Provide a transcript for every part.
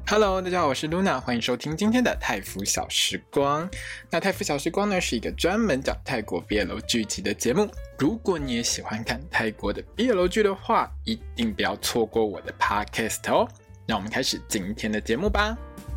Hello， 大家好，我是 Luna， 欢迎收听今天的泰服小时光。那泰服小时光呢，是一个专门讲泰国 BL 剧集的节目。如果你也喜欢看泰国的 BL 剧的话，一定不要错过我的 Podcast 哦。那我们开始今天的节目吧。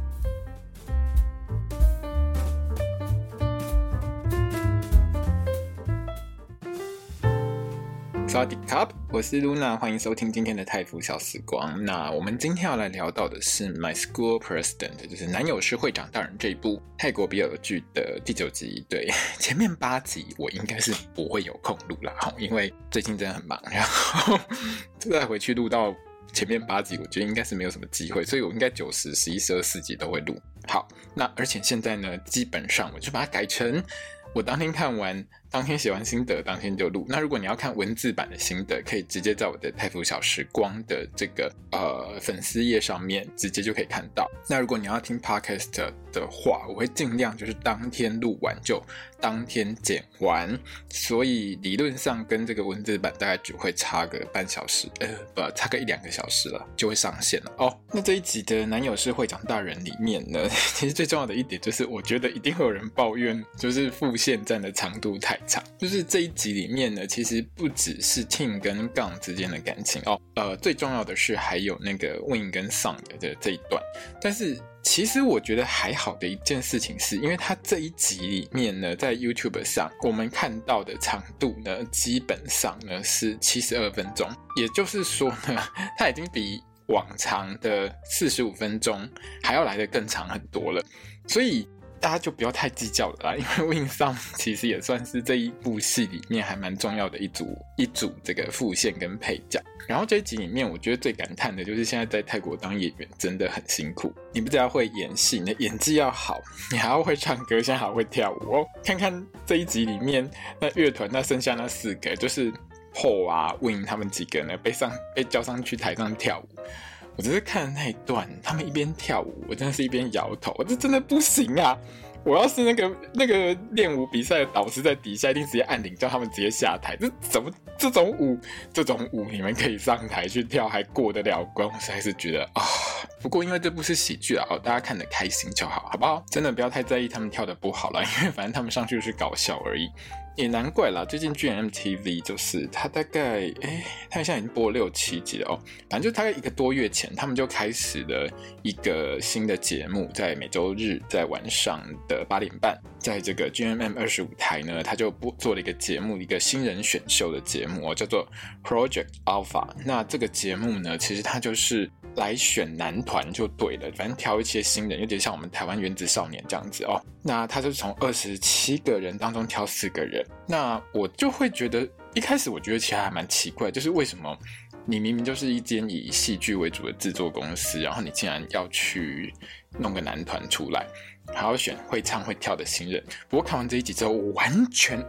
萨瓦迪卡，我是 Luna， 欢迎收听今天的泰服小时光。那我们今天要来聊到的是 My School President， 就是男友是会长大人这一部泰国 BL 剧的第9集。对，前面8集我应该是不会有空录啦，因为最近真的很忙，然后再回去录到前面8集，我觉得应该是没有什么机会，所以我应该9、10、11、12、4集都会录。好，那而且现在呢，基本上我就把它改成我当天看完，当天写完心得，当天就录。那如果你要看文字版的心得，可以直接在我的泰服小时光的这个粉丝页上面直接就可以看到。那如果你要听 podcast 的话，我会尽量就是当天录完就当天剪完，所以理论上跟这个文字版大概只会差个半小时，差个1-2个小时了，就会上线了哦。那这一集的男友是会长大人里面呢，其实最重要的一点就是，我觉得一定会有人抱怨，就是副线站的长度太长。就是这一集里面呢，其实不只是 Ting 跟 Gang 之间的感情哦，最重要的是还有那个 Win 跟 Song 的这一段。但是其实我觉得还好的一件事情是，因为他这一集里面呢，在 YouTube 上我们看到的长度呢，基本上呢是72分钟，也就是说呢，它已经比往常的45分钟还要来得更长很多了，所以大家就不要太计较了啦，因为 Win Song 其实也算是这一部戏里面还蛮重要的一组这个副线跟配角。然后这一集里面，我觉得最感叹的就是现在在泰国当演员真的很辛苦，你不只要会演戏，你的演技要好，你还要会唱歌，现在还会跳舞哦。看看这一集里面那乐团那剩下那4个，就是 Paul 啊 Win 他们几个呢被叫上去台上跳舞。我只是看那一段，他们一边跳舞，我真的是一边摇头，这真的不行啊！我要是那个练舞比赛的导师在底下，一定直接按铃叫他们直接下台。这种舞你们可以上台去跳，还过得了关？我实在是觉得啊。不过因为这部是喜剧啊，大家看得开心就好，好不好？真的不要太在意他们跳得不好了，因为反正他们上去就是搞笑而已。也难怪啦，最近 GMMTV 就是他大概他现在已经播了6、7集了哦，反正就大概1个多月前，他们就开始了一个新的节目，在每周日在晚上的8点半，在这个 GMM25台呢，他就做了一个节目，一个新人选秀的节目哦，叫做 Project Alpha。那这个节目呢，其实它就是来选男团就对了，反正挑一些新人，有点像我们台湾原子少年这样子哦。那他就从27个人当中挑4个人。那我就会觉得，一开始我觉得其实还蛮奇怪，就是为什么你明明就是一间以戏剧为主的制作公司，然后你竟然要去弄个男团出来，还要选会唱会跳的新人。不过看完这一集之后，我完全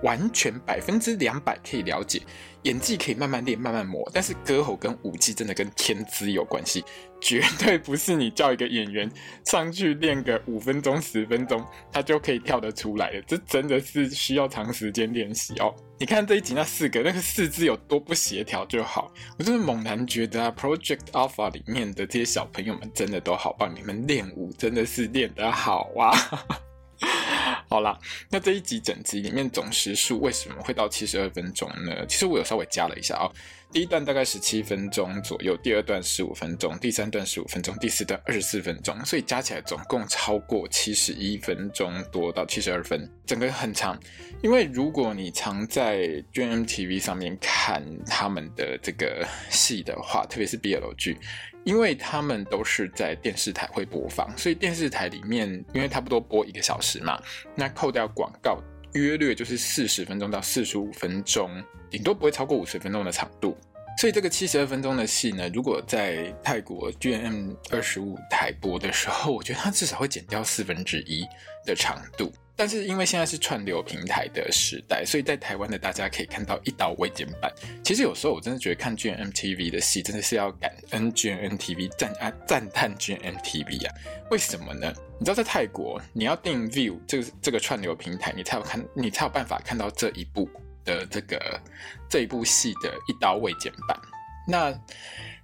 200%可以了解，演技可以慢慢练慢慢磨，但是歌喉跟舞技真的跟天资有关系，绝对不是你叫一个演员上去练个5分钟10分钟他就可以跳得出来的，这真的是需要长时间练习哦。你看这一集那4个那个4肢有多不协调就好，我真的猛然觉得啊 Project Alpha 里面的这些小朋友们真的都好棒，你们练舞真的是练得好啊好啦，那这一集整集里面总时数为什么会到72分钟呢？其实我有稍微加了一下哦。第一段大概17分钟左右，第2段15分钟，第3段15分钟，第4段24分钟，所以加起来总共超过71分钟多到72分，整个很长。因为如果你常在 GMMTV 上面看他们的这个戏的话，特别是 BL 剧，因为他们都是在电视台会播放，所以电视台里面因为差不多播1个小时嘛，那扣掉广告约略就是40分钟到45分钟，顶多不会超过50分钟的长度。所以这个72分钟的戏呢，如果在泰国 GMM25 台播的时候，我觉得它至少会减掉1/4的长度。但是因为现在是串流平台的时代，所以在台湾的大家可以看到一刀未剪版。其实有时候我真的觉得看 GMMTV 的戏真的是要感恩 GMMTV， 赞叹 GMMTV 啊。为什么呢？你知道在泰国你要订 View 这个串流平台，你才有办法看到这一部戏的一刀未剪版。那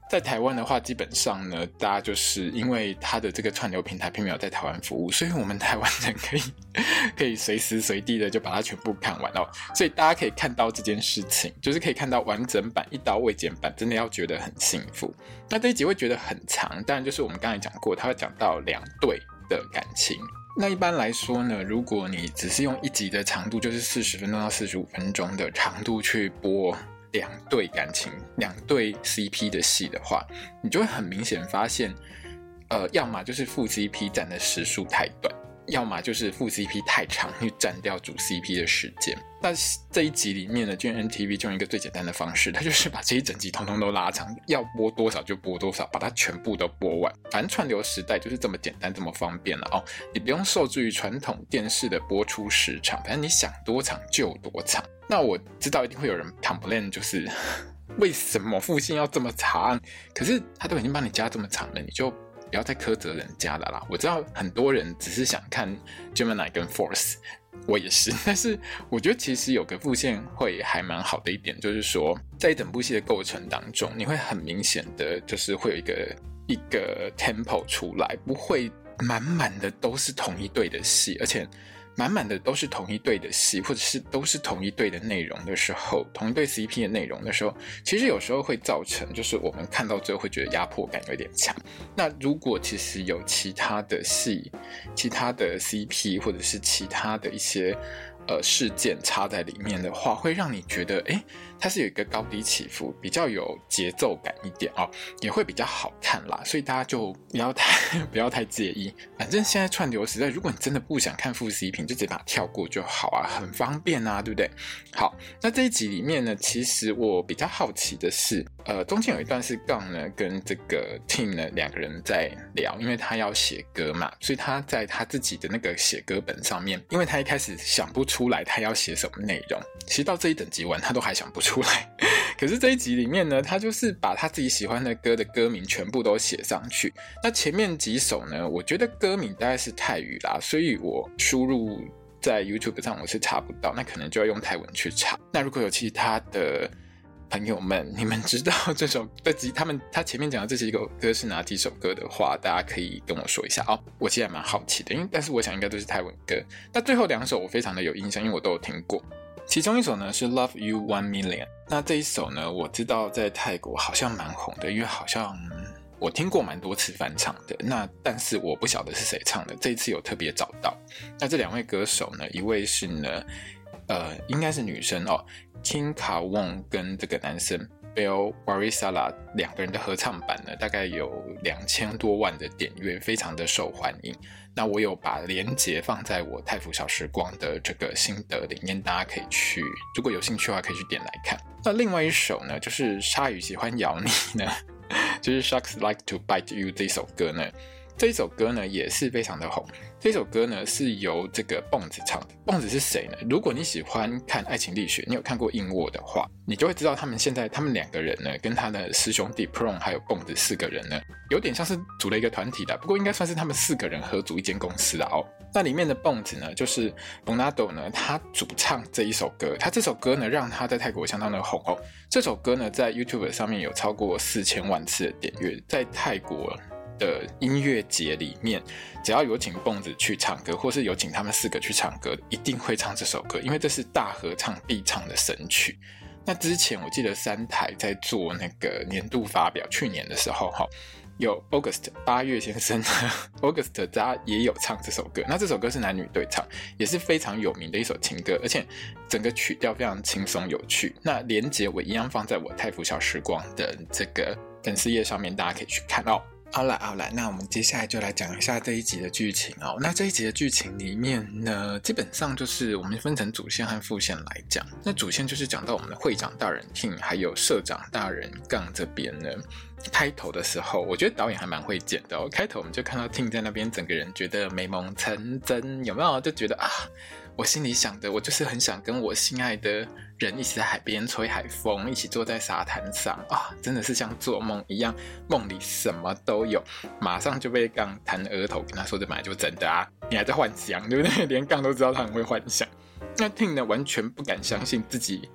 在台湾的话，基本上呢，大家就是因为它的这个串流平台并没有在台湾服务，所以我们台湾人可以随时随地的就把它全部看完哦。所以大家可以看到这件事情，就是可以看到完整版、一刀未剪版，真的要觉得很幸福。那这一集会觉得很长，当然就是我们刚才讲过，它会讲到2对的感情。那一般来说呢，如果你只是用一集的长度，就是40分钟到45分钟的长度去播2对感情、2对 CP 的戏的话，你就会很明显发现，要么就是副 CP 占的时数太短，要么就是副 CP 太长，去占掉主 CP 的时间。那这一集里面呢，就 NTV 就用一个最简单的方式，它就是把这一整集通通都拉长，要播多少就播多少，把它全部都播完。反正串流时代就是这么简单这么方便了哦，你不用受制于传统电视的播出时长，反正你想多长就多长。那我知道一定会有人 complain， 就是为什么复兴要这么长？可是他都已经帮你加这么长了，你就不要再苛责人家了啦。我知道很多人只是想看 Gemini 跟 Force， 我也是，但是我觉得其实有个副线会还蛮好的一点，就是说在一整部戏的构成当中，你会很明显的就是会有一个 tempo 出来，不会满满的都是同一对的戏，而且满满的都是同一对的戏，或者是都是同一对的内容的时候，同一对 CP 的内容的时候，其实有时候会造成就是我们看到最后会觉得压迫感有点强。那如果其实有其他的戏、其他的 CP 或者是其他的一些事件插在里面的话，会让你觉得它是有一个高低起伏，比较有节奏感一点哦，也会比较好看啦。所以大家就不要太介意。反正现在串流时代，如果你真的不想看副 CP，就直接把它跳过就好啊，很方便啊，对不对？好，那这一集里面呢，其实我比较好奇的是，中间有一段是杠呢跟这个 Tim 呢2个人在聊，因为他要写歌嘛，所以他在他自己的那个写歌本上面，因为他一开始想不出来他要写什么内容，其实到这一整集完他都还想不出来。可是这一集里面呢，他就是把他自己喜欢的歌的歌名全部都写上去。那前面几首呢，我觉得歌名大概是泰语啦，所以我输入在 YouTube 上我是查不到，那可能就要用泰文去查。那如果有其他的朋友们，你们知道他前面讲的这几个歌是哪几首歌的话，大家可以跟我说一下哦。我其实还蛮好奇的，但是我想应该都是泰文歌。那最后2首我非常的有印象，因为我都有听过。其中一首呢是 Love You 1 Million， 那这一首呢我知道在泰国好像蛮红的，因为好像我听过蛮多次翻唱的，但是我不晓得是谁唱的，这一次有特别找到。那这2位歌手呢，一位是呢应该是女生哦， King Ka Won 跟这个男生 Bell Warisala 2个人的合唱版呢，大概有2000多万的点阅，非常的受欢迎。那我有把连结放在我泰服小时光的这个心得里面，大家可以去，如果有兴趣的话可以去点来看。那另外一首呢，就是鲨鱼喜欢咬你呢，就是 Sharks Like to Bite You 这首歌呢，这一首歌呢也是非常的红。这首歌呢是由这个蹦子唱的。蹦子是谁呢？如果你喜欢看爱情力学，你有看过硬卧的话，你就会知道他们2个人呢，跟他的师兄弟 Prong 还有蹦子4个人呢，有点像是组了一个团体的，不过应该算是他们4个人合组一间公司啦哦。那里面的蹦子呢，就是 Bonado 呢，他主唱这一首歌，他这首歌呢让他在泰国相当的红哦。这首歌呢在 YouTube 上面有超过4000万次的点阅，在泰国的音乐节里面，只要有请蹦子去唱歌，或是有请他们4个去唱歌，一定会唱这首歌，因为这是大合唱必唱的神曲。那之前我记得3台在做那个年度发表，去年的时候有 August 8月先生August 他也有唱这首歌，那这首歌是男女对唱，也是非常有名的一首情歌，而且整个曲调非常轻松有趣。那连结我一样放在我泰服小时光的这个粉丝页上面，大家可以去看哦。好了，那我们接下来就来讲一下这一集的剧情哦。那这一集的剧情里面呢，基本上就是我们分成主线和副线来讲。那主线就是讲到我们的会长大人 Tim 还有社长大人杠这边呢，开头的时候我觉得导演还蛮会剪的哦。开头我们就看到 Tim 在那边整个人觉得美梦成真，有没有？就觉得我心里想的，我就是很想跟我心爱的人一起在海边吹海风，一起坐在沙滩上真的是像做梦一样，梦里什么都有。马上就被杠弹额头，跟他说这本来就真的你还在幻想，对不对？连杠都知道他很会幻想。那 Tim 呢，完全不敢相信自己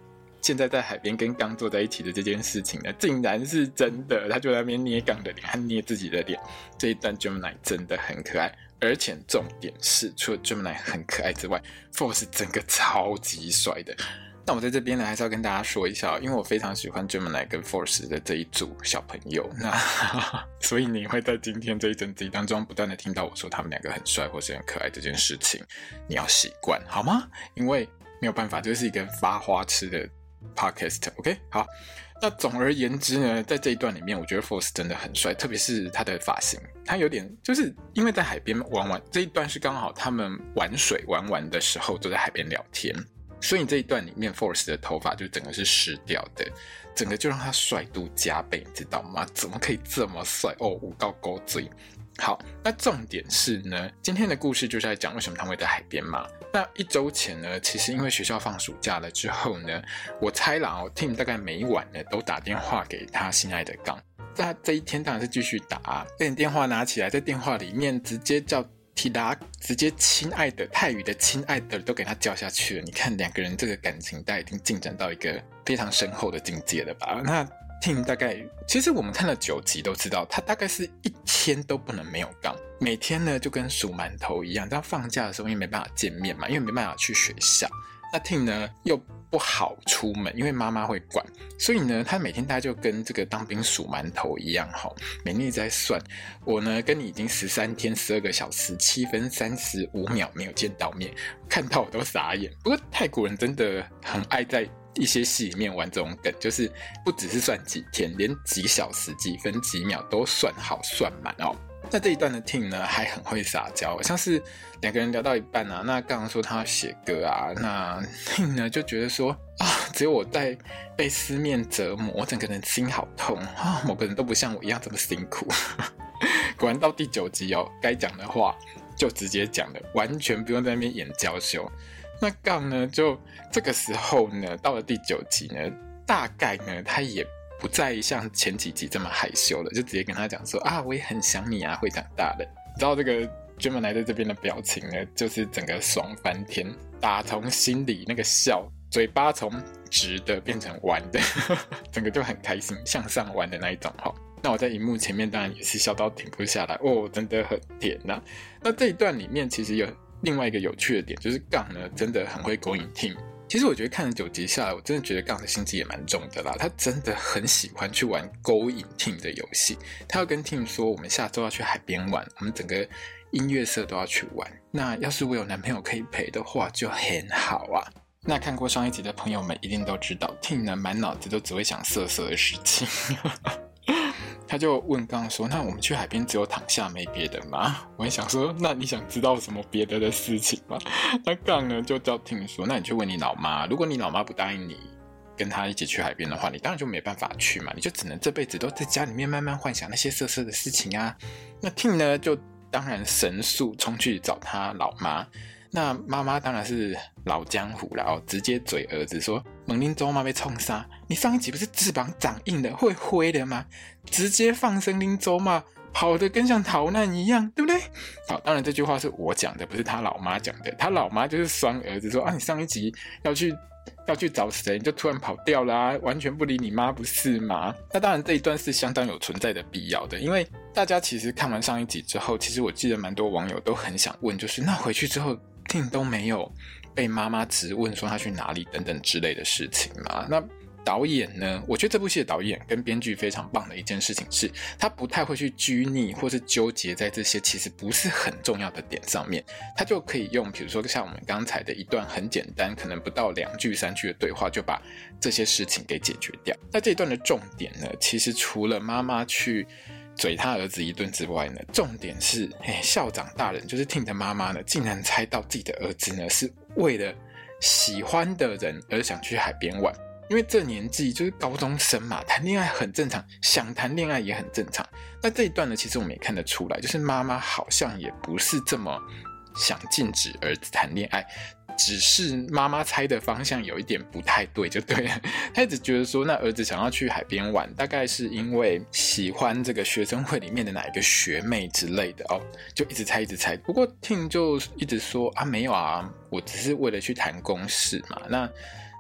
现在在海边跟杠坐在一起的这件事情呢，竟然是真的。他就在那边捏杠的脸和捏自己的脸，这一段 Gemini 真的很可爱。而且重点是，除了 Gemini 很可爱之外， Force 整个超级帅的。那我在这边呢，还是要跟大家说一下，因为我非常喜欢 Gemini 跟 Force 的这一组小朋友，那所以你会在今天这一整集当中不断的听到我说他们两个很帅或是很可爱这件事情，你要习惯好吗？因为没有办法，这是一个发花痴的 podcast。 OK， 好，那总而言之呢，在这一段里面，我觉得 Force 真的很帅，特别是他的发型，他有点就是因为在海边玩，这一段是刚好他们玩水玩完的时候都在海边聊天，所以这一段里面 Force 的头发就整个是湿掉的，整个就让他帅度加倍，你知道吗？怎么可以这么帅哦，五高勾嘴。好，那重点是呢，今天的故事就是在讲为什么他们会在海边嘛。那1周前呢，其实因为学校放暑假了之后呢，我猜啦Tim 大概每晚呢都打电话给他心爱的杠。那这一天当然是继续打，把电话拿起来，在电话里面直接叫提达，直接亲爱的，泰语的亲爱的都给他叫下去了。你看两个人这个感情大概已经进展到一个非常深厚的境界了吧。那 Tim 大概其实我们看了9集都知道，他大概是1天都不能没有杠，每天呢就跟数馒头一样。但放假的时候因为没办法见面嘛，因为没办法去学校，那 Tim 呢又不好出门，因为妈妈会管，所以呢他每天大概就跟这个当兵数馒头一样，每天一直在算，我呢跟你已经13天12个小时7分35秒没有见到面，看到我都傻眼。不过泰国人真的很爱在一些戏里面玩这种梗，就是不只是算几天，连几小时几分几秒都算好算满哦。那这一段的 Tim 呢还很会撒娇，像是两个人聊到一半啊，那刚刚说他要写歌啊，那 Tim 呢就觉得说啊，只有我在被思念折磨，我整个人心好痛啊，某个人都不像我一样这么辛苦。果然到第9集哦，该讲的话就直接讲了，完全不用在那边演娇羞。那杠呢就这个时候呢，到了第9集呢，大概呢他也不再像前几集这么害羞了，就直接跟他讲说啊，我也很想你啊，会长大的。你知道这个 Gemini 在这边的表情呢，就是整个爽翻天，打从心里那个笑，嘴巴从直的变成弯的，整个就很开心，向上弯的那一种。那我在荧幕前面当然也是笑到停不下来哦，真的很甜啊。那这一段里面其实有另外一个有趣的点，就是杠呢真的很会勾引 Tim。其实我觉得看了9集下来，我真的觉得杠的心机也蛮重的啦。他真的很喜欢去玩勾引 Tim 的游戏。他要跟 Tim 说，我们下周要去海边玩，我们整个音乐社都要去玩。那要是我有男朋友可以陪的话，就很好啊。那看过上一集的朋友们一定都知道 ，Tim 呢满脑子都只会想色色的事情。他就问杠说，那我们去海边只有躺下没别的吗？我也想说，那你想知道什么别的事情吗？那杠呢就叫 Tim 说，那你去问你老妈，如果你老妈不答应你跟她一起去海边的话，你当然就没办法去嘛，你就只能这辈子都在家里面慢慢幻想那些色色的事情啊。那 Tim 呢就当然神速冲去找他老妈，那妈妈当然是老江湖了直接嘴儿子说，猛林周妈被冲杀，你上一集不是翅膀长硬的会挥的吗？直接放生林周嘛，跑得跟像逃难一样，对不对？好，当然这句话是我讲的，不是他老妈讲的。他老妈就是酸儿子说啊，你上一集要去找谁，你就突然跑掉啦，完全不理你妈，不是吗？那当然这一段是相当有存在的必要的，因为大家其实看完上一集之后，其实我记得蛮多网友都很想问，就是那回去之后 Tim 都没有被妈妈质问说他去哪里等等之类的事情嘛。那导演呢，我觉得这部戏的导演跟编剧非常棒的一件事情是，他不太会去拘泥或是纠结在这些其实不是很重要的点上面，他就可以用比如说像我们刚才的一段很简单可能不到2句3句的对话就把这些事情给解决掉。那这一段的重点呢，其实除了妈妈去嘴他儿子一顿之外呢，重点是校长大人就是 Tim 的妈妈呢，竟然猜到自己的儿子呢是为了喜欢的人而想去海边玩。因为这年纪就是高中生嘛，谈恋爱很正常，想谈恋爱也很正常。那这一段呢，其实我们也看得出来，就是妈妈好像也不是这么想禁止儿子谈恋爱，只是妈妈猜的方向有一点不太对就对了。她一直觉得说，那儿子想要去海边玩，大概是因为喜欢这个学生会里面的哪一个学妹之类的哦，就一直猜一直猜。不过 Tim 就一直说啊，没有啊，我只是为了去谈公事嘛。那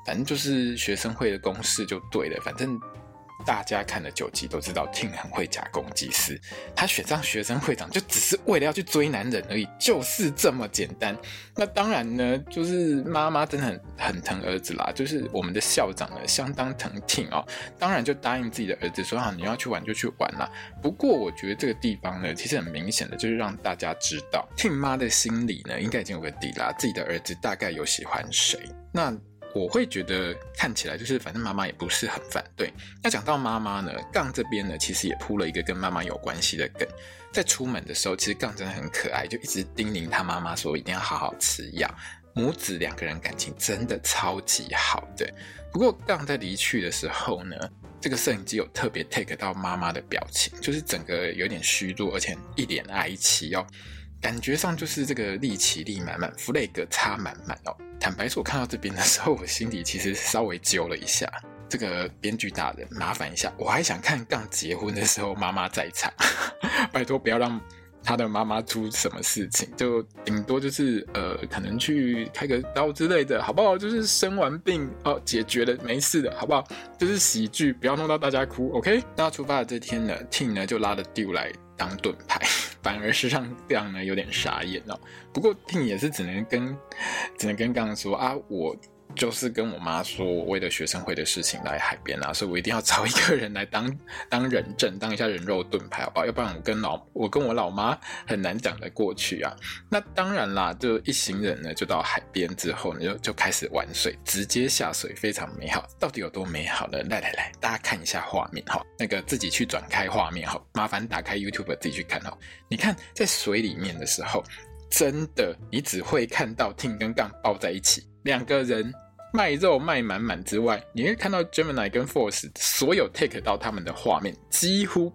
反正就是学生会的公式就对了，反正大家看了9集都知道 Tim 很会假公济私，他选上学生会长就只是为了要去追男人而已，就是这么简单。那当然呢，就是妈妈真的很疼儿子啦，就是我们的校长呢相当疼 Tim 哦，当然就答应自己的儿子说你要去玩就去玩啦。不过我觉得这个地方呢，其实很明显的就是让大家知道 Tim 妈的心里呢应该已经有个底啦，自己的儿子大概有喜欢谁。那我会觉得看起来就是反正妈妈也不是很反对。那讲到妈妈呢，杠这边呢其实也铺了一个跟妈妈有关系的梗。在出门的时候，其实杠真的很可爱，就一直叮咛他妈妈说一定要好好吃药。母子2个人感情真的超级好的。不过杠在离去的时候呢，这个摄影机有特别 take 到妈妈的表情，就是整个有点虚弱，而且一脸哀戚哦。感觉上就是这个力气力满满 flag 插满满哦。坦白说，我看到这边的时候，我心里其实稍微揪了一下。这个编剧大人，麻烦一下，我还想看杠结婚的时候妈妈在场，拜托不要让他的妈妈出什么事情，就顶多就是可能去开个刀之类的，好不好？就是生完病解决了没事的，好不好？就是喜剧，不要弄到大家哭 ，OK？ 那出发的这天呢 ，Tim 呢就拉了 Dew 来当盾牌，反而是让杠呢有点傻眼哦。不过 Tim 也是只能跟杠说我就是跟我妈说，我为了学生会的事情来海边所以我一定要找一个人来当人证，当一下人肉盾牌，好不好？要不然我跟我老妈很难讲得过去啊。那当然啦，就一行人呢就到海边之后呢就开始玩水，直接下水，非常美好。到底有多美好呢？来，大家看一下画面哈，那个自己去转开画面哈，麻烦打开 YouTube 自己去看哈。你看在水里面的时候，真的你只会看到 Tim 跟杠抱在一起，2个人卖肉卖满满之外，你会看到 Gemini 跟 Force 所有 take 到他们的画面，几乎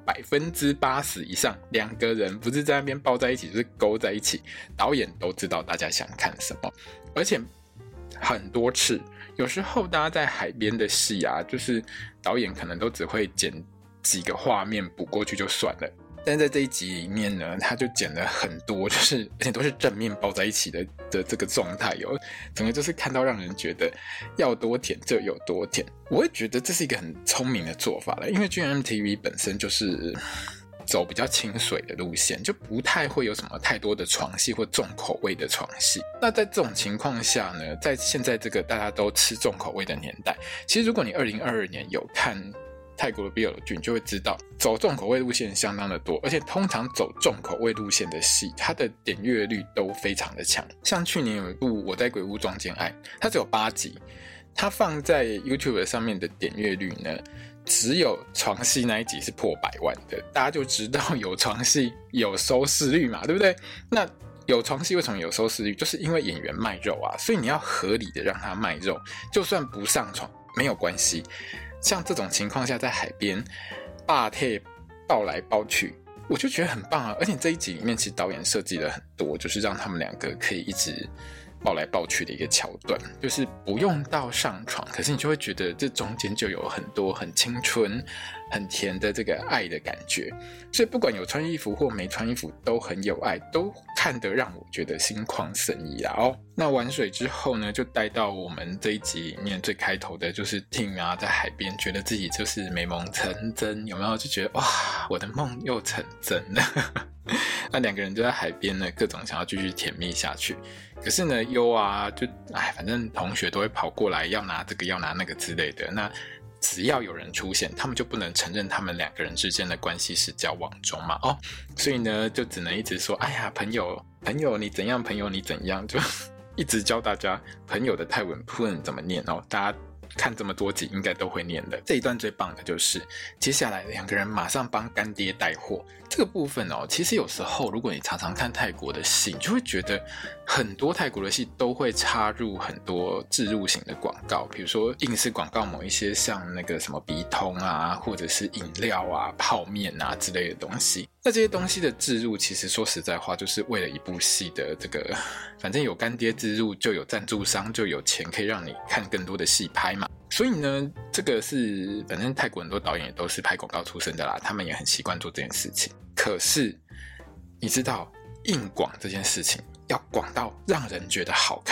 80%以上2个人不是在那边抱在一起，就是勾在一起。导演都知道大家想看什么，而且很多次，有时候大家在海边的戏就是导演可能都只会剪几个画面补过去就算了。但是在这一集里面呢，他就剪了很多，就是而且都是正面抱在一起的这个状态整个就是看到让人觉得要多甜就有多甜。我会觉得这是一个很聪明的做法了，因为 GMMTV 本身就是走比较清水的路线，就不太会有什么太多的床戏或重口味的床戏。那在这种情况下呢，在现在这个大家都吃重口味的年代，其实如果你2022年有看泰国的 BL 剧，你就会知道走重口味路线相当的多，而且通常走重口味路线的戏，它的点阅率都非常的强。像去年有一部《我在鬼屋撞见爱》，它只有8集，它放在 YouTube 上面的点阅率呢，只有床戏那一集是破100万的，大家就知道有床戏有收视率嘛，对不对？那有床戏为什么有收视率？就是因为演员卖肉所以你要合理的让他卖肉，就算不上床没有关系。像这种情况下，在海边霸退抱来抱去，我就觉得很棒而且这一集里面其实导演设计了很多，就是让他们2个可以一直抱来抱去的一个桥段，就是不用到上床，可是你就会觉得这中间就有很多很青春很甜的这个爱的感觉。所以不管有穿衣服或没穿衣服都很有爱，都看得让我觉得心旷神怡那玩水之后呢，就带到我们这一集里面最开头的就是 Tim 在海边觉得自己就是美梦成真，有没有？就觉得哇，我的梦又成真了那2个人就在海边呢，各种想要继续甜蜜下去。可是呢，优就反正同学都会跑过来要拿这个要拿那个之类的，那只要有人出现，他们就不能承认他们2个人之间的关系是交往中嘛所以呢就只能一直说哎呀朋友你怎样，朋友你怎样，就一直教大家朋友的泰文不能怎么念大家看这么多集应该都会念的。这一段最棒的就是接下来2个人马上帮干爹带货这个部分其实有时候如果你常常看泰国的戏，你就会觉得很多泰国的戏都会插入很多置入型的广告，比如说硬是广告某一些像那个什么鼻通或者是饮料泡面之类的东西。那这些东西的置入其实说实在话就是为了一部戏的这个反正有干爹置入就有赞助商就有钱可以让你看更多的戏拍嘛。所以呢这个是反正泰国很多导演也都是拍广告出身的啦，他们也很习惯做这件事情。可是你知道硬广这件事情要广到让人觉得好看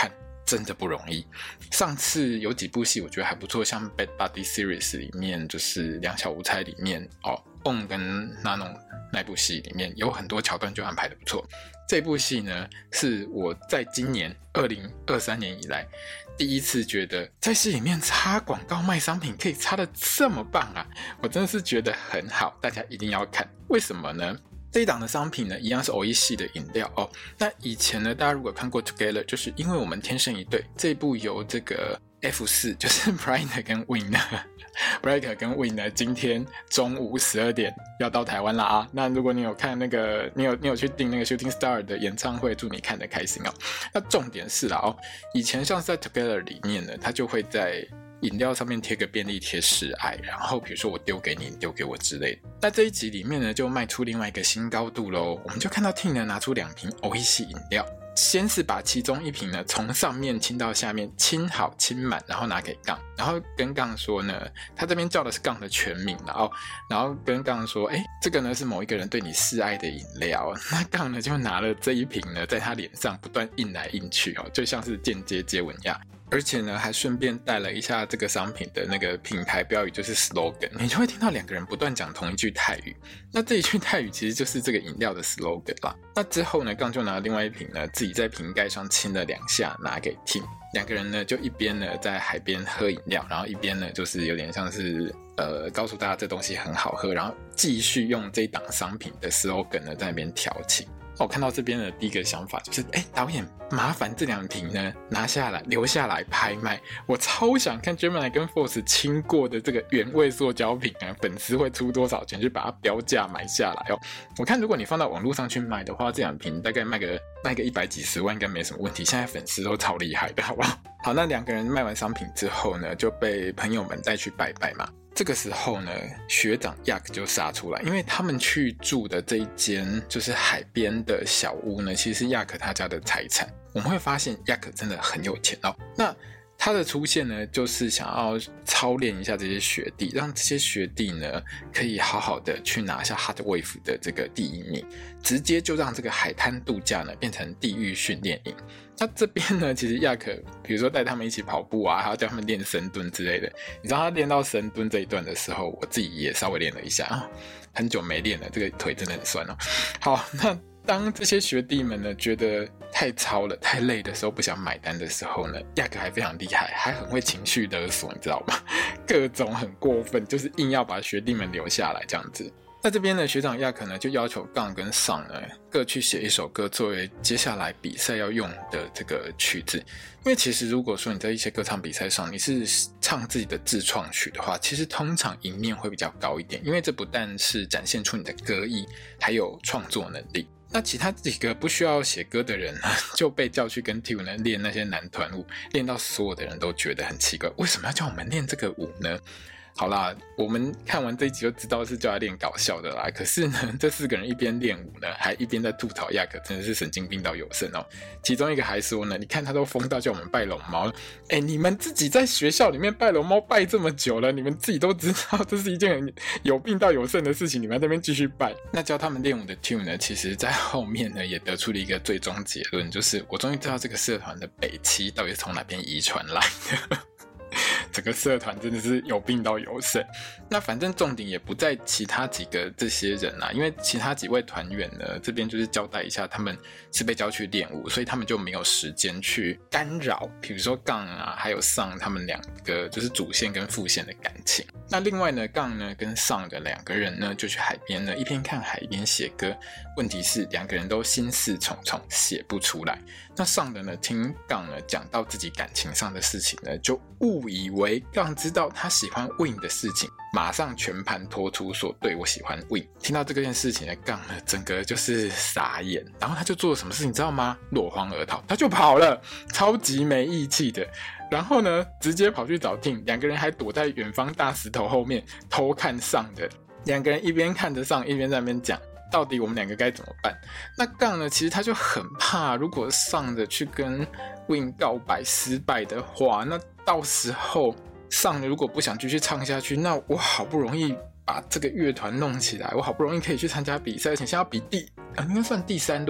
真的不容易。上次有几部戏我觉得还不错，像 Bad Buddy Series 里面就是两小无猜里面On 跟 Nano 那部戏里面有很多桥段就安排的不错。这部戏呢是我在今年2023年以来第一次觉得在戏里面插广告卖商品可以插得这么棒啊，我真的是觉得很好，大家一定要看。为什么呢？这一档的商品呢一样是 OE 系的饮料那以前呢大家如果看过 Together， 就是因为我们天生一对这一部由这个 F4 就是 Bright 跟 Win 呢Bright 跟 Win 呢今天中午12点要到台湾啦啊！那如果你有看那个你有去订那个 Shooting Star 的演唱会，祝你看得开心那重点是啦以前像是在 Together 里面呢，它就会在饮料上面贴个便利贴示爱，然后比如说我丢给你，你丢给我之类的。那这一集里面呢，就迈出另外一个新高度咯。我们就看到 Ting 呢拿出2瓶 OE 系饮料，先是把其中一瓶呢从上面倾到下面，倾好倾满，然后拿给杠，然后跟杠说呢，他这边叫的是杠的全名然后跟杠说，这个呢是某一个人对你示爱的饮料。那杠呢就拿了这一瓶呢，在他脸上不断印来印去就像是间接接吻一样。而且呢还顺便带了一下这个商品的那个品牌标语，就是 slogan， 你就会听到2个人不断讲同一句泰语。那这一句泰语其实就是这个饮料的 slogan 啦。那之后呢，杠就拿了另外一瓶呢，自己在瓶盖上亲了2下，拿给 Ting。2个人呢就一边呢在海边喝饮料，然后一边呢就是有点像是告诉大家这东西很好喝，然后继续用这一档商品的 slogan 呢在那边调情。我看到这边的第一个想法就是导演麻烦这2瓶呢拿下来留下来拍卖。我超想看 Gemini 跟 Force 亲过的这个原味塑胶瓶粉丝会出多少钱去把它标价买下来我看如果你放到网络上去卖的话，这2瓶大概卖个100几10万应该没什么问题，现在粉丝都超厉害的，好不好？好，那2个人卖完商品之后呢，就被朋友们带去拜拜嘛。这个时候呢，学长 Yak 就杀出来，因为他们去住的这一间就是海边的小屋呢，其实是 Yak 他家的财产。我们会发现 Yak 真的很有钱那他的出现呢，就是想要操练一下这些学弟，让这些学弟呢可以好好的去拿下 Hot Wave 的这个第1名，直接就让这个海滩度假呢变成地狱训练营。那这边呢，其实亚可比如说带他们一起跑步还要教他们练深蹲之类的。你知道他练到深蹲这一段的时候，我自己也稍微练了一下很久没练了，这个腿真的很酸好，那当这些学弟们呢觉得太操了太累的时候，不想买单的时候呢，亚可还非常厉害，还很会情绪勒索，你知道吗？各种很过分，就是硬要把学弟们留下来这样子。在这边呢，学长亚可呢就要求杠跟上呢各去写一首歌作为接下来比赛要用的这个曲子。因为其实如果说你在一些歌唱比赛上你是唱自己的自创曲的话，其实通常赢面会比较高一点，因为这不但是展现出你的歌艺，还有创作能力。那其他几个不需要写歌的人呢，就被叫去跟 Tiu 呢练那些男团舞，练到所有的人都觉得很奇怪，为什么要叫我们练这个舞呢？好啦，我们看完这一集就知道是叫他练搞笑的啦。可是呢，这4个人一边练舞呢，还一边在吐槽亚可真的是神经病到有剩其中一个还说呢，你看他都疯到叫我们拜龙猫了，你们自己在学校里面拜龙猫拜这么久了，你们自己都知道这是一件很有病到有剩的事情，你们在那边继续拜。那教他们练舞的 Tiu 呢，其实在后面呢也得出了一个最终结论，就是我终于知道这个社团的北七到底是从哪边遗传来的。整个社团真的是有病到有剩。那反正重点也不在其他几个这些人因为其他几位团员呢，这边就是交代一下他们是被叫去练舞，所以他们就没有时间去干扰比如说杠还有上他们2个就是主线跟副线的感情。那另外呢，杠呢跟上的2个人呢就去海边呢一边看海一边写歌，问题是2个人都心事重重写不出来。那上的呢听杠呢讲到自己感情上的事情呢，就误以为杠知道他喜欢 Win 的事情，马上全盘托出说对我喜欢 Win。 听到这件事情的杠呢整个就是傻眼，然后他就做了什么事你知道吗？落荒而逃，他就跑了，超级没义气的。然后呢直接跑去找 Ting， 2个人还躲在远方大石头后面偷看上的。2个人一边看着上一边在那边讲到底我们2个该怎么办。那杠呢其实他就很怕，如果上的去跟 Win 告白失败的话，那到时候上的如果不想继续唱下去，那我好不容易把这个乐团弄起来，我好不容易可以去参加比赛，而且现在要比应该算第3轮了吧，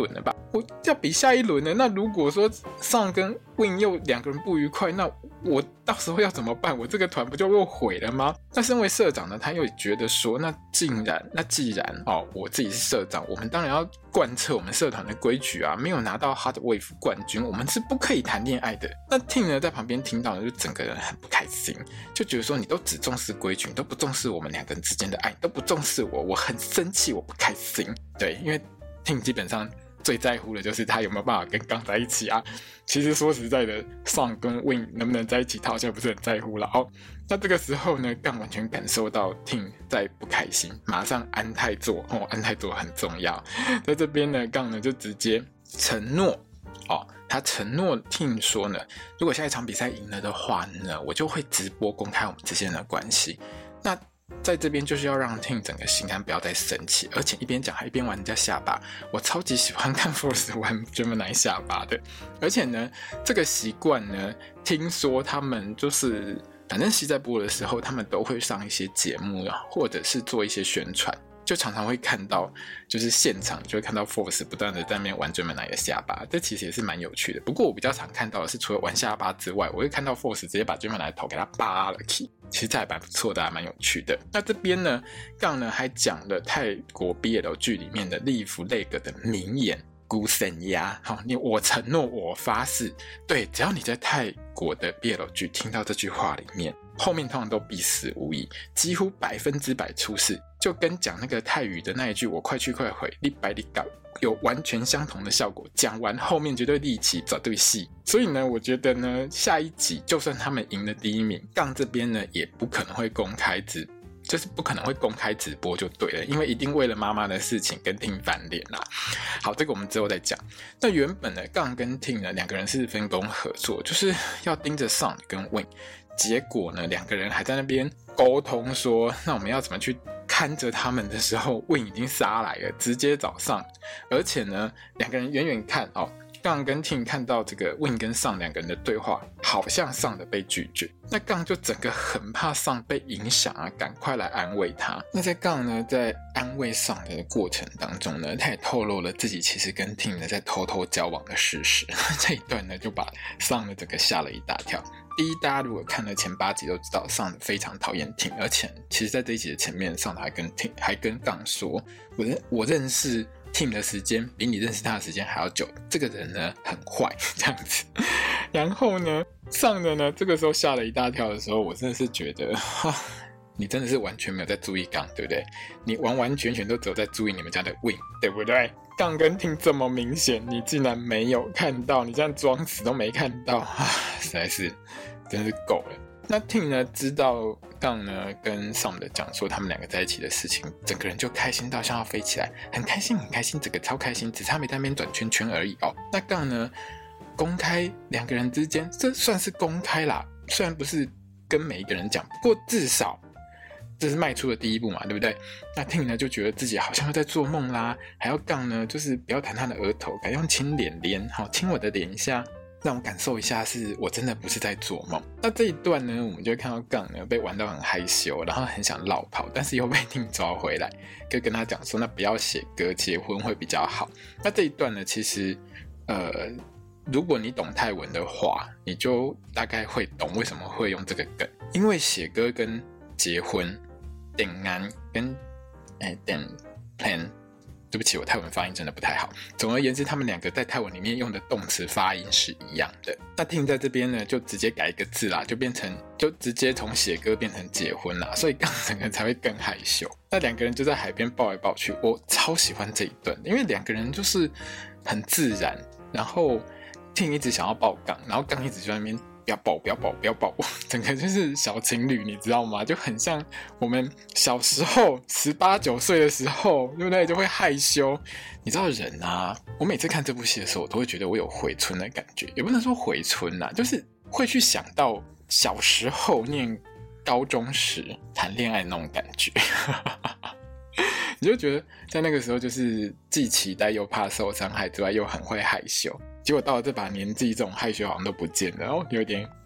我要比下一轮呢。那如果说上跟 Win 又两个人不愉快，那我到时候要怎么办？我这个团不就又毁了吗？那身为社长呢，他又觉得说，那既然我自己是社长，我们当然要贯彻我们社团的规矩啊。没有拿到 Hot Wave 冠军，我们是不可以谈恋爱的。那 Tim 呢，在旁边听到呢，就整个人很不开心，就觉得说，你都只重视规矩，你都不重视我们两个人之间的爱，你都不重视我，我很生气，我不开心。对，因为 Tim 基本上最在乎的就是他有没有办法跟刚在一起啊。其实说实在的，上跟 Win 能不能在一起，他好像不是很在乎了。那这个时候呢，刚完全感受到 Tim 在不开心，马上安太座，安太座很重要。在这边呢，刚呢就直接承诺，他承诺 Tim 说呢，如果下一场比赛赢了的话呢，我就会直播公开我们之间的关系。那在这边就是要让 Tim 整个心肝不要再生气，而且一边讲还一边玩人家下巴。我超级喜欢看 Force 玩 Gemini 下巴的，而且呢，这个习惯呢，听说他们就是反正戏在播的时候，他们都会上一些节目啊，或者是做一些宣传，就常常会看到，就是现场就会看到 Force 不断的在那边玩 Gemini 的下巴，这其实也是蛮有趣的。不过我比较常看到的是，除了玩下巴之外，我会看到 Force 直接把 Gemini 的头给他扒了去。其实这还蛮不错的，还蛮有趣的。那这边呢，杠呢还讲了泰国 BL 剧里面的利弗雷格的名言孤神呀，我承诺，我发誓，对，只要你在泰国的 BL 剧听到这句话里面，后面通常都必死无疑，几乎100%出事，就跟讲那个泰语的那一句我快去快回你白你搞有完全相同的效果，讲完后面绝对立起找对戏。所以呢，我觉得呢，下一集就算他们赢了第一名，杠这边呢也不可能会公开就是不可能会公开直播就对了，因为一定为了妈妈的事情跟 Tim 翻脸啦。好，这个我们之后再讲。那原本呢，杠跟 Tim 呢两个人是分工合作，就是要盯着 Sun 跟 Win。结果呢，两个人还在那边沟通说，那我们要怎么去看着他们的时候 ，Win 已经杀来了，直接找上。而且呢，两个人远远看杠跟 Tim 看到这个 Win 跟上两个人的对话，好像上的被拒绝，那杠就整个很怕上被影响啊，赶快来安慰他。那在杠呢，在安慰上的过程当中呢，他也透露了自己其实跟 Tim 呢在偷偷交往的事实。这一段呢，就把上呢整个吓了一大跳。第一，大家如果看了前8集都知道，上的非常讨厌 Tim， 而且其实在这一集的前面，上的还跟杠说，我认识 Tim 的时间比你认识他的时间还要久，这个人呢很坏这样子。然后呢，上的呢这个时候吓了一大跳的时候，我真的是觉得你真的是完全没有在注意杠，对不对？你完完全全都只有在注意你们家的 Win， 对不对？杠跟 Tim 这么明显，你竟然没有看到，你这样装死都没看到，实在是真是够了。那 Tim 呢知道杠呢跟 Sam 的讲说他们两个在一起的事情，整个人就开心到像要飞起来，很开心很开心，整个超开心，只差没在那边转圈圈而已哦。那杠呢公开两个人之间，这算是公开啦，虽然不是跟每一个人讲，不过至少这是迈出的第一步嘛，对不对？那 Tim 呢就觉得自己好像又在做梦啦，还要杠呢就是不要弹他的额头，改用亲脸脸，亲我的脸一下，让我感受一下是我真的不是在做梦。那这一段呢，我们就会看到杠呢被玩到很害羞，然后很想落跑，但是又被 Tim 抓回来，就跟他讲说那不要写歌，结婚会比较好。那这一段呢，其实如果你懂泰文的话，你就大概会懂为什么会用这个梗，因为写歌跟结婚点安跟点 plan， 对不起，我泰文发音真的不太好。总而言之，他们两个在泰文里面用的动词发音是一样的。那 Tim 在这边呢，就直接改一个字啦，就直接从写歌变成结婚啦，所以杠整个人才会更害羞。那两个人就在海边抱来抱去，我超喜欢这一段，因为两个人就是很自然，然后 Tim 一直想要抱杠，然后杠一直就在那边不要抱不要抱不要抱，整个就是小情侣，你知道吗？就很像我们小时候18、19岁的时候，对不对？就会害羞。你知道人啊，我每次看这部戏的时候，我都会觉得我有回春的感觉，也不能说回春啦，就是会去想到小时候念高中时谈恋爱那种感觉。你就觉得在那个时候就是既期待又怕受伤害之外，又很会害羞。结果到了这把年纪，这种害羞好像都不见了，然后有点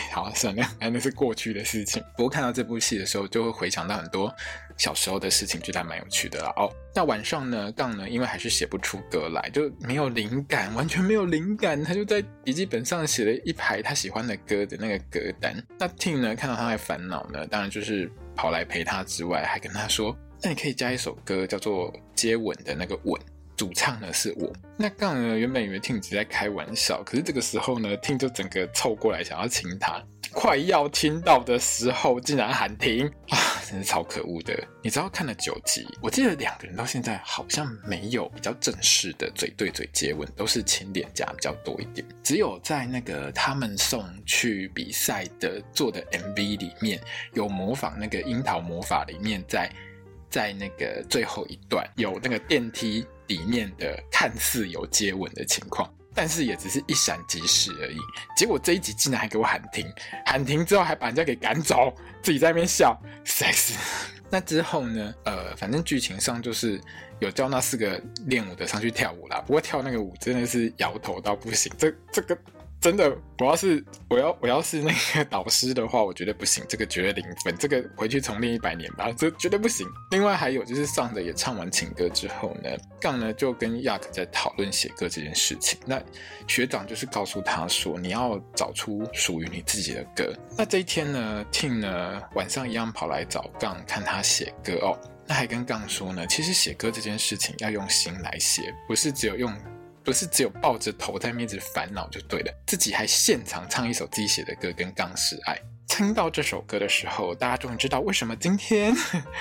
好算了，那是过去的事情。不过看到这部戏的时候，就会回想到很多小时候的事情，觉得还蛮有趣的啦。那晚上呢，杠呢，因为还是写不出歌来，就没有灵感，完全没有灵感，他就在笔记本上写了一排他喜欢的歌的那个歌单。那 Tim 呢，看到他在烦恼呢，当然就是跑来陪他之外，还跟他说，那你可以加一首歌叫做接吻的那个吻，主唱呢是我。那杠呢原本以为 Tim 只在开玩笑，可是这个时候呢 Tim 就整个凑过来想要亲他，快要亲到的时候竟然喊停啊，真是超可恶的。你知道看了9集，我记得2个人到现在好像没有比较正式的嘴对嘴接吻，都是亲脸颊比较多一点。只有在那个他们送去比赛的做的 MV 里面有模仿那个樱桃魔法里面在那个最后一段有那个电梯里面的看似有接吻的情况，但是也只是一闪即逝而已。结果这一集竟然还给我喊停，喊停之后还把人家给赶走，自己在那边笑，实在是。那之后呢反正剧情上就是有叫那4个练舞的上去跳舞啦，不过跳那个舞真的是摇头到不行，这个真的，我要是那个导师的话，我觉得不行，这个绝对0分，这个回去重练100年吧，这绝对不行。另外还有就是上的也唱完情歌之后呢，杠呢就跟 Yak 在讨论写歌这件事情。那学长就是告诉他说，你要找出属于你自己的歌。那这一天呢 ，Tim 呢晚上一样跑来找杠看他写歌哦。那还跟杠说呢，其实写歌这件事情要用心来写，不是只有抱着头在面一直烦恼就对了，自己还现场唱一首自己写的歌跟杠示爱。听到这首歌的时候，大家终于知道为什么今天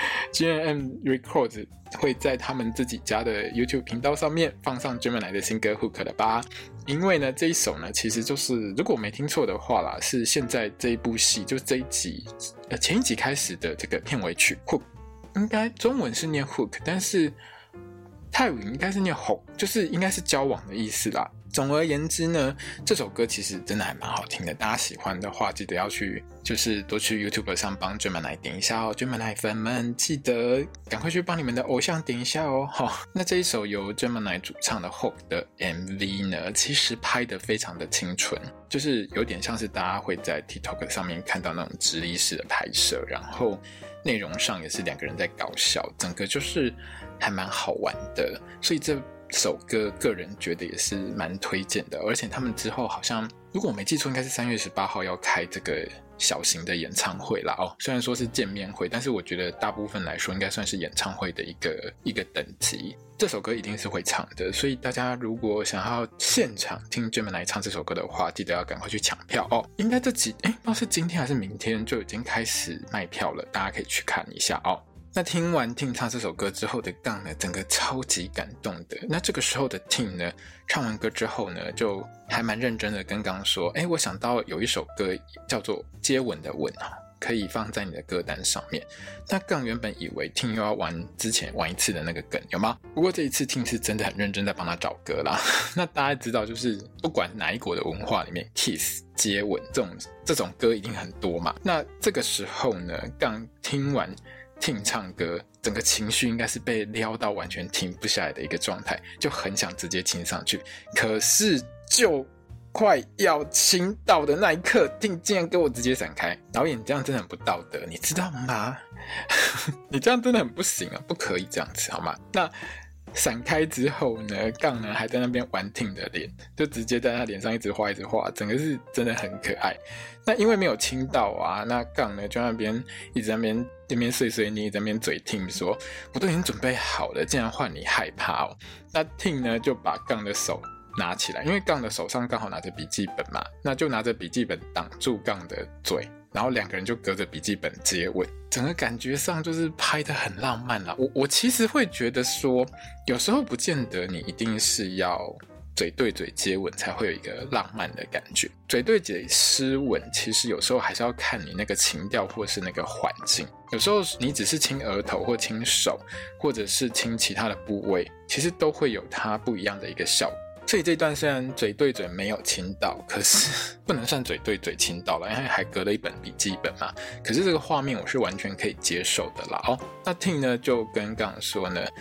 G&M Records 会在他们自己家的 YouTube 频道上面放上 Gemini 的新歌 Hook 了吧。因为呢这一首呢其实就是如果我没听错的话啦，是现在这一部戏就这一集前一集开始的这个片尾曲 Hook， 应该中文是念 Hook， 但是泰语应该是念 Hook， 就是应该是交往的意思啦。总而言之呢，这首歌其实真的还蛮好听的，大家喜欢的话记得要去就是多去 YouTube 上帮 Gemini 点一下哦。 Gemini 粉们记得赶快去帮你们的偶像点一下哦。那这一首由 Gemini 主唱的 Hook 的 MV 呢，其实拍得非常的清纯，就是有点像是大家会在 TikTok 上面看到那种直立式的拍摄，然后内容上也是2个人在搞笑，整个就是还蛮好玩的，所以这首歌个人觉得也是蛮推荐的。而且他们之后好像如果我没记错应该是3月18号要开这个小型的演唱会啦虽然说是见面会，但是我觉得大部分来说应该算是演唱会的一个等级。这首歌一定是会唱的，所以大家如果想要现场听 Gemini 唱这首歌的话，记得要赶快去抢票哦。应该这集不知道是今天还是明天就已经开始卖票了，大家可以去看一下哦。那听完 Tim 唱这首歌之后的杠呢，整个超级感动的。那这个时候的 Tim 呢，唱完歌之后呢，就还蛮认真的跟杠说，我想到有一首歌叫做接吻的吻可以放在你的歌单上面。那杠原本以为 Tim 又要玩之前玩一次的那个梗，有吗？不过这一次 Tim 是真的很认真在帮他找歌啦。那大家知道就是不管哪一国的文化里面 kiss 接吻这种歌一定很多嘛。那这个时候呢，杠听完Tim 唱歌，整个情绪应该是被撩到完全停不下来的一个状态，就很想直接亲上去。可是就快要亲到的那一刻，Tim 竟然给我直接闪开。导演这样真的很不道德，你知道吗？你这样真的很不行啊，不可以这样子好吗？那闪开之后呢，杠呢还在那边玩Tim的脸，就直接在他脸上一直画，整个是真的很可爱。那因为没有亲到啊，那杠呢就在那边一直在那边碎碎念，在那边嘴Tim说，我都已经准备好了，竟然换你害怕哦。那Tim呢就把杠的手拿起来，因为杠的手上刚好拿着笔记本嘛，那就拿着笔记本挡住杠的嘴，然后2个人就隔着笔记本接吻，整个感觉上就是拍得很浪漫啦。我其实会觉得说，有时候不见得你一定是要嘴对嘴接吻才会有一个浪漫的感觉，嘴对嘴湿吻其实有时候还是要看你那个情调或是那个环境。有时候你只是亲额头或亲手，或者是亲其他的部位，其实都会有它不一样的一个效果。所以这段虽然嘴对嘴没有亲到，可是不能算嘴对嘴亲到了，因为还隔了一本笔记本嘛。可是这个画面我是完全可以接受的啦。那Tim呢就跟杠说呢，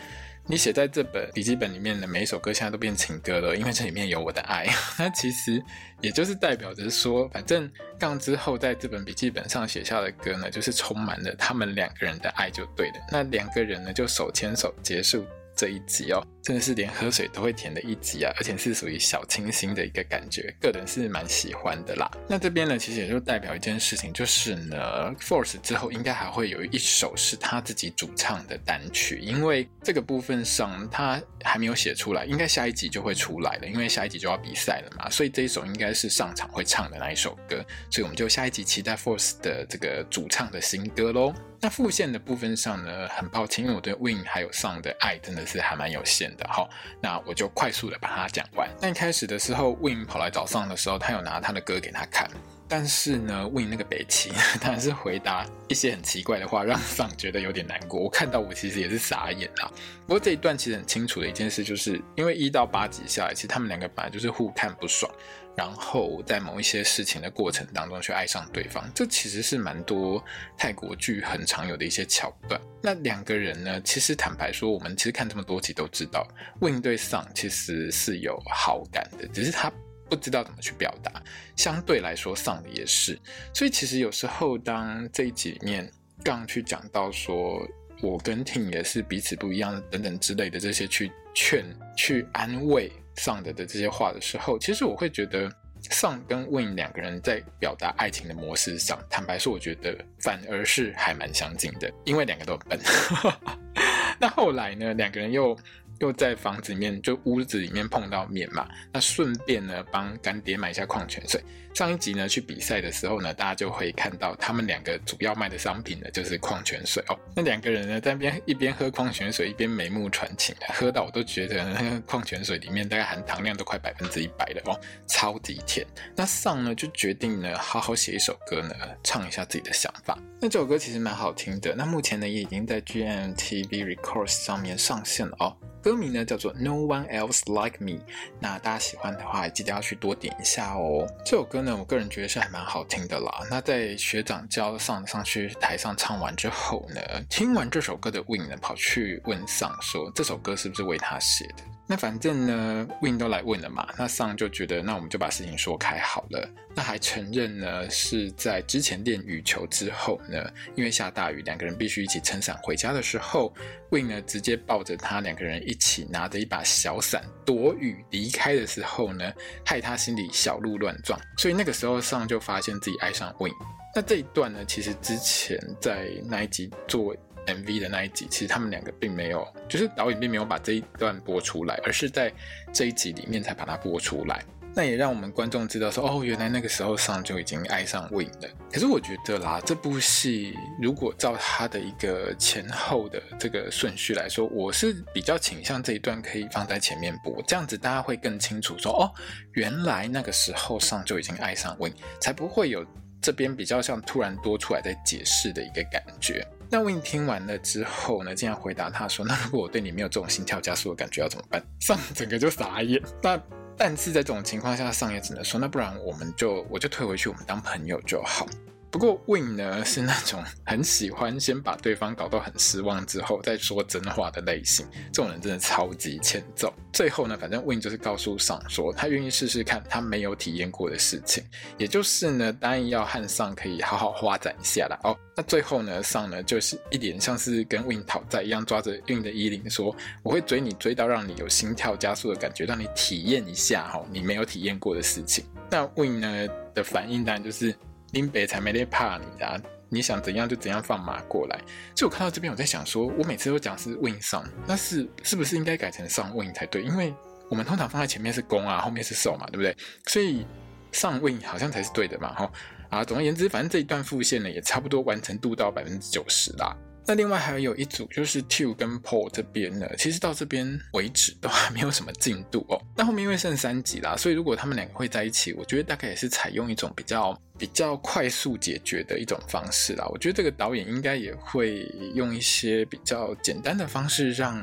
你写在这本笔记本里面的每一首歌现在都变情歌了，因为这里面有我的爱。那其实也就是代表着说，反正杠之后在这本笔记本上写下的歌呢，就是充满了他们两个人的爱就对了。那两个人呢就手牵手结束这一集哦，真的是连喝水都会甜的一集啊，而且是属于小清新的一个感觉，个人是蛮喜欢的啦。那这边呢其实也就代表一件事情，就是呢 Force 之后应该还会有一首是他自己主唱的单曲，因为这个部分上他还没有写出来，应该下一集就会出来了，因为下一集就要比赛了嘛，所以这一首应该是上场会唱的那一首歌，所以我们就下一集期待 Force 的这个主唱的新歌咯。那副线的部分上呢，很抱歉，因为我对 Win 还有 Song 的爱真的是还蛮有限的齁，那我就快速的把它讲完。那一开始的时候 Win 跑来找 Song 的时候，他有拿他的歌给他看，但是呢 Win 那个北齐当然是回答一些很奇怪的话，让 Song 觉得有点难过，我看到我其实也是傻眼啦。不过这一段其实很清楚的一件事，就是因为1到8集下来，其实他们两个本来就是互看不爽，然后在某一些事情的过程当中去爱上对方，这其实是蛮多泰国剧很常有的一些桥段。那两个人呢，其实坦白说，我们其实看这么多集都知道 Win 对 Song 其实是有好感的，只是他不知道怎么去表达，相对来说 Song 的也是。所以其实有时候当这一集里面刚去讲到说我跟 Ting 也是彼此不一样等等之类的这些去劝去安慰Song 的这些话的时候，其实我会觉得 Song 跟 Win 两个人在表达爱情的模式上，坦白说我觉得反而是还蛮相近的，因为两个都很笨。那后来呢，两个人又在房子里面就屋子里面碰到面嘛，那顺便呢帮干爹买一下矿泉水。上一集呢去比赛的时候呢，大家就会看到他们两个主要卖的商品呢就是矿泉水哦。那两个人呢在那边一边喝矿泉水一边眉目传情，喝到我都觉得那个矿泉水里面大概含糖量都快100%了哦，超级甜。那Song呢就决定呢好好写一首歌呢，唱一下自己的想法。那这首歌其实蛮好听的，那目前呢也已经在 GMTV Records 上面上线了哦。歌名呢叫做 No One Else Like Me， 那大家喜欢的话记得要去多点一下哦。这首歌呢我个人觉得是还蛮好听的啦。那在学长教上去台上唱完之后呢，听完这首歌的 Win 呢跑去问Song说这首歌是不是为他写的。那反正呢 Win 都来问了嘛，那Song就觉得那我们就把事情说开好了。那还承认呢是在之前练羽球之后呢，因为下大雨两个人必须一起撑伞回家的时候， Win 呢直接抱着他，两个人一起拿着一把小伞躲雨离开的时候呢，害他心里小鹿乱撞，所以那个时候Song就发现自己爱上 Win。 那这一段呢其实之前在那一集做MV 的那一集，其实他们两个并没有，就是导演并没有把这一段播出来，而是在这一集里面才把它播出来。那也让我们观众知道说，哦，原来那个时候Song就已经爱上 Win 了。可是我觉得啦，这部戏如果照它的一个前后的这个顺序来说，我是比较倾向这一段可以放在前面播，这样子大家会更清楚说，哦，原来那个时候Song就已经爱上 Win， 才不会有这边比较像突然多出来在解释的一个感觉。那 Win 听完了之后呢，竟然回答他说，那如果我对你没有这种心跳加速的感觉要怎么办？Song整个就傻眼。但是在这种情况下Song也只能说，那不然我就退回去，我们当朋友就好。不过 Win 呢是那种很喜欢先把对方搞到很失望之后再说真话的类型，这种人真的超级欠揍。最后呢，反正 Win 就是告诉Song说他愿意试试看他没有体验过的事情，也就是呢答应要和Song可以好好发展一下啦。哦，那最后呢Song呢就是一脸像是跟 Win 讨债一样，抓着 Win 的衣领说，我会追你追到让你有心跳加速的感觉，让你体验一下你没有体验过的事情。那 Win 呢的反应当然就是林北才没在怕你啊，你想怎样就怎样放马过来。所以我看到这边我在想说，我每次都讲是 Win Song， 那是不是应该改成Song Win 才对？因为我们通常放在前面是攻啊，后面是守嘛，对不对？所以Song Win 好像才是对的嘛。总而言之，反正这一段副线呢也差不多完成度到 90% 啦。那另外还有一组就是 Tew 跟 Paul 这边呢，其实到这边为止都还没有什么进度哦。那后面因为剩3集啦，所以如果他们两个会在一起，我觉得大概也是采用一种比较快速解决的一种方式啦。我觉得这个导演应该也会用一些比较简单的方式让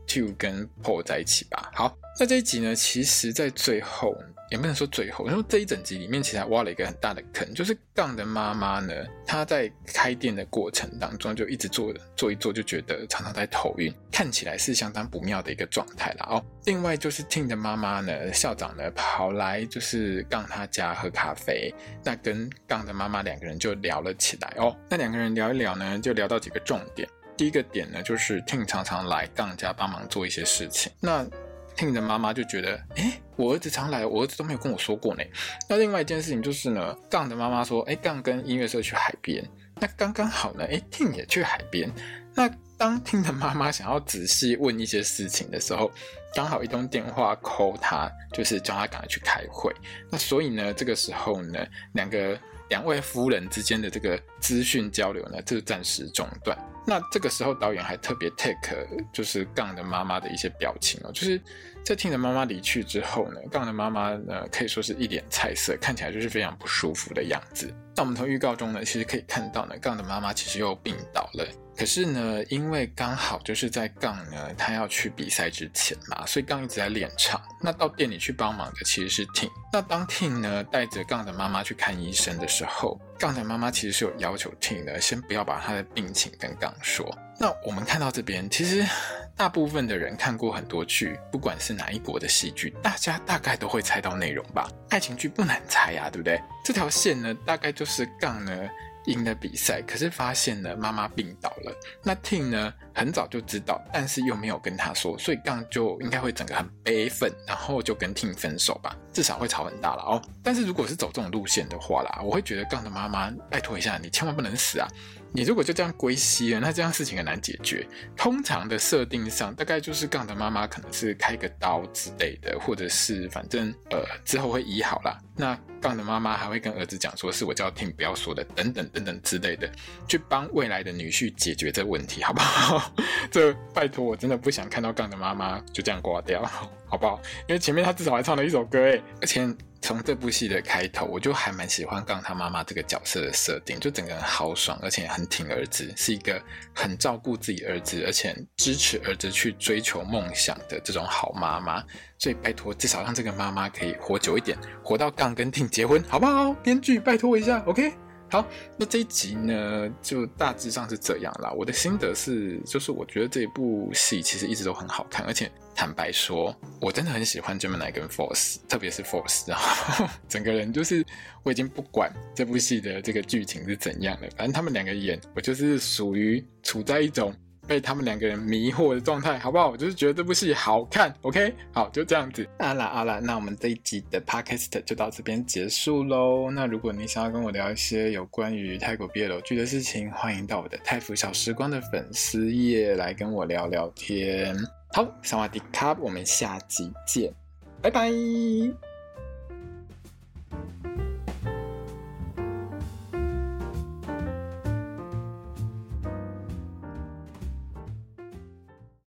Two 跟 Paul 在一起吧。好，那这一集呢，其实在最后也不能说最后，因为这一整集里面其实还挖了一个很大的坑，就是杠的妈妈呢，她在开店的过程当中就一直做一做，就觉得常常在头晕，看起来是相当不妙的一个状态啦。哦，另外就是 Tim 的妈妈呢，校长呢跑来就是杠他家喝咖啡，那跟杠的妈妈两个人就聊了起来哦。那两个人聊一聊呢，就聊到几个重点。第一个点呢，就是 Tim 常常来杠家帮忙做一些事情。那Tim 的妈妈就觉得，我儿子常来，我儿子都没有跟我说过呢。那另外一件事情就是呢，杠的妈妈说，杠跟音乐社去海边，那刚刚好呢，Tim 也去海边。那当Tim的妈妈想要仔细问一些事情的时候，刚好一通电话 call 他，就是叫他赶快去开会。那所以呢，这个时候呢，两位夫人之间的这个资讯交流呢，就暂时中断。那这个时候导演还特别 take 就是杠的妈妈的一些表情哦，就是在Tim的妈妈离去之后呢，杠的妈妈呢可以说是一脸菜色，看起来就是非常不舒服的样子。那我们从预告中呢，其实可以看到呢，杠的妈妈其实又病倒了。可是呢，因为刚好就是在杠呢，他要去比赛之前嘛，所以杠一直在练场。那到店里去帮忙的其实是Tim。那当Tim呢带着杠的妈妈去看医生的时候，杠的妈妈其实是有要求Tim呢，先不要把他的病情跟杠说。那我们看到这边，其实大部分的人看过很多剧，不管是哪一国的戏剧，大家大概都会猜到内容吧？爱情剧不难猜啊，对不对？这条线呢，大概就是杠呢赢了比赛，可是发现呢妈妈病倒了。那 Tim 呢很早就知道，但是又没有跟他说，所以杠就应该会整个很悲愤，然后就跟 Tim 分手吧，至少会吵很大了哦。但是如果是走这种路线的话啦，我会觉得杠的妈妈拜托一下，你千万不能死啊！你如果就这样归西了，那这样事情很难解决。通常的设定上，大概就是杠的妈妈可能是开个刀之类的，或者是反正之后会医好啦。那杠的妈妈还会跟儿子讲说，是我叫Tim不要说的，等等等等之类的，去帮未来的女婿解决这个问题，好不好？这拜托，我真的不想看到杠的妈妈就这样挂掉，好不好？因为前面他至少还唱了一首歌诶，而且从这部戏的开头，我就还蛮喜欢杠他妈妈这个角色的设定，就整个人豪爽，而且很挺儿子，是一个很照顾自己儿子，而且支持儿子去追求梦想的这种好妈妈。所以拜托，至少让这个妈妈可以活久一点，活到杠跟Tim结婚，好不好？编剧拜托一下 ，OK？好，那这一集呢，就大致上是这样啦。我的心得是，就是我觉得这一部戏其实一直都很好看，而且坦白说，我真的很喜欢 Gemini 跟 Force， 特别是 Force， 然后整个人就是我已经不管这部戏的这个剧情是怎样了，反正他们两个演，我就是属于处在一种被他们两个人迷惑的状态，好不好？我就是觉得这部戏好看 ，OK？ 好，就这样子。好啦，那我们这一集的 Podcast 就到这边结束咯。那如果你想要跟我聊一些有关于泰国 BL 剧的事情，欢迎到我的泰服小时光的粉丝页来跟我聊聊天。好，萨瓦迪卡，我们下集见，拜拜。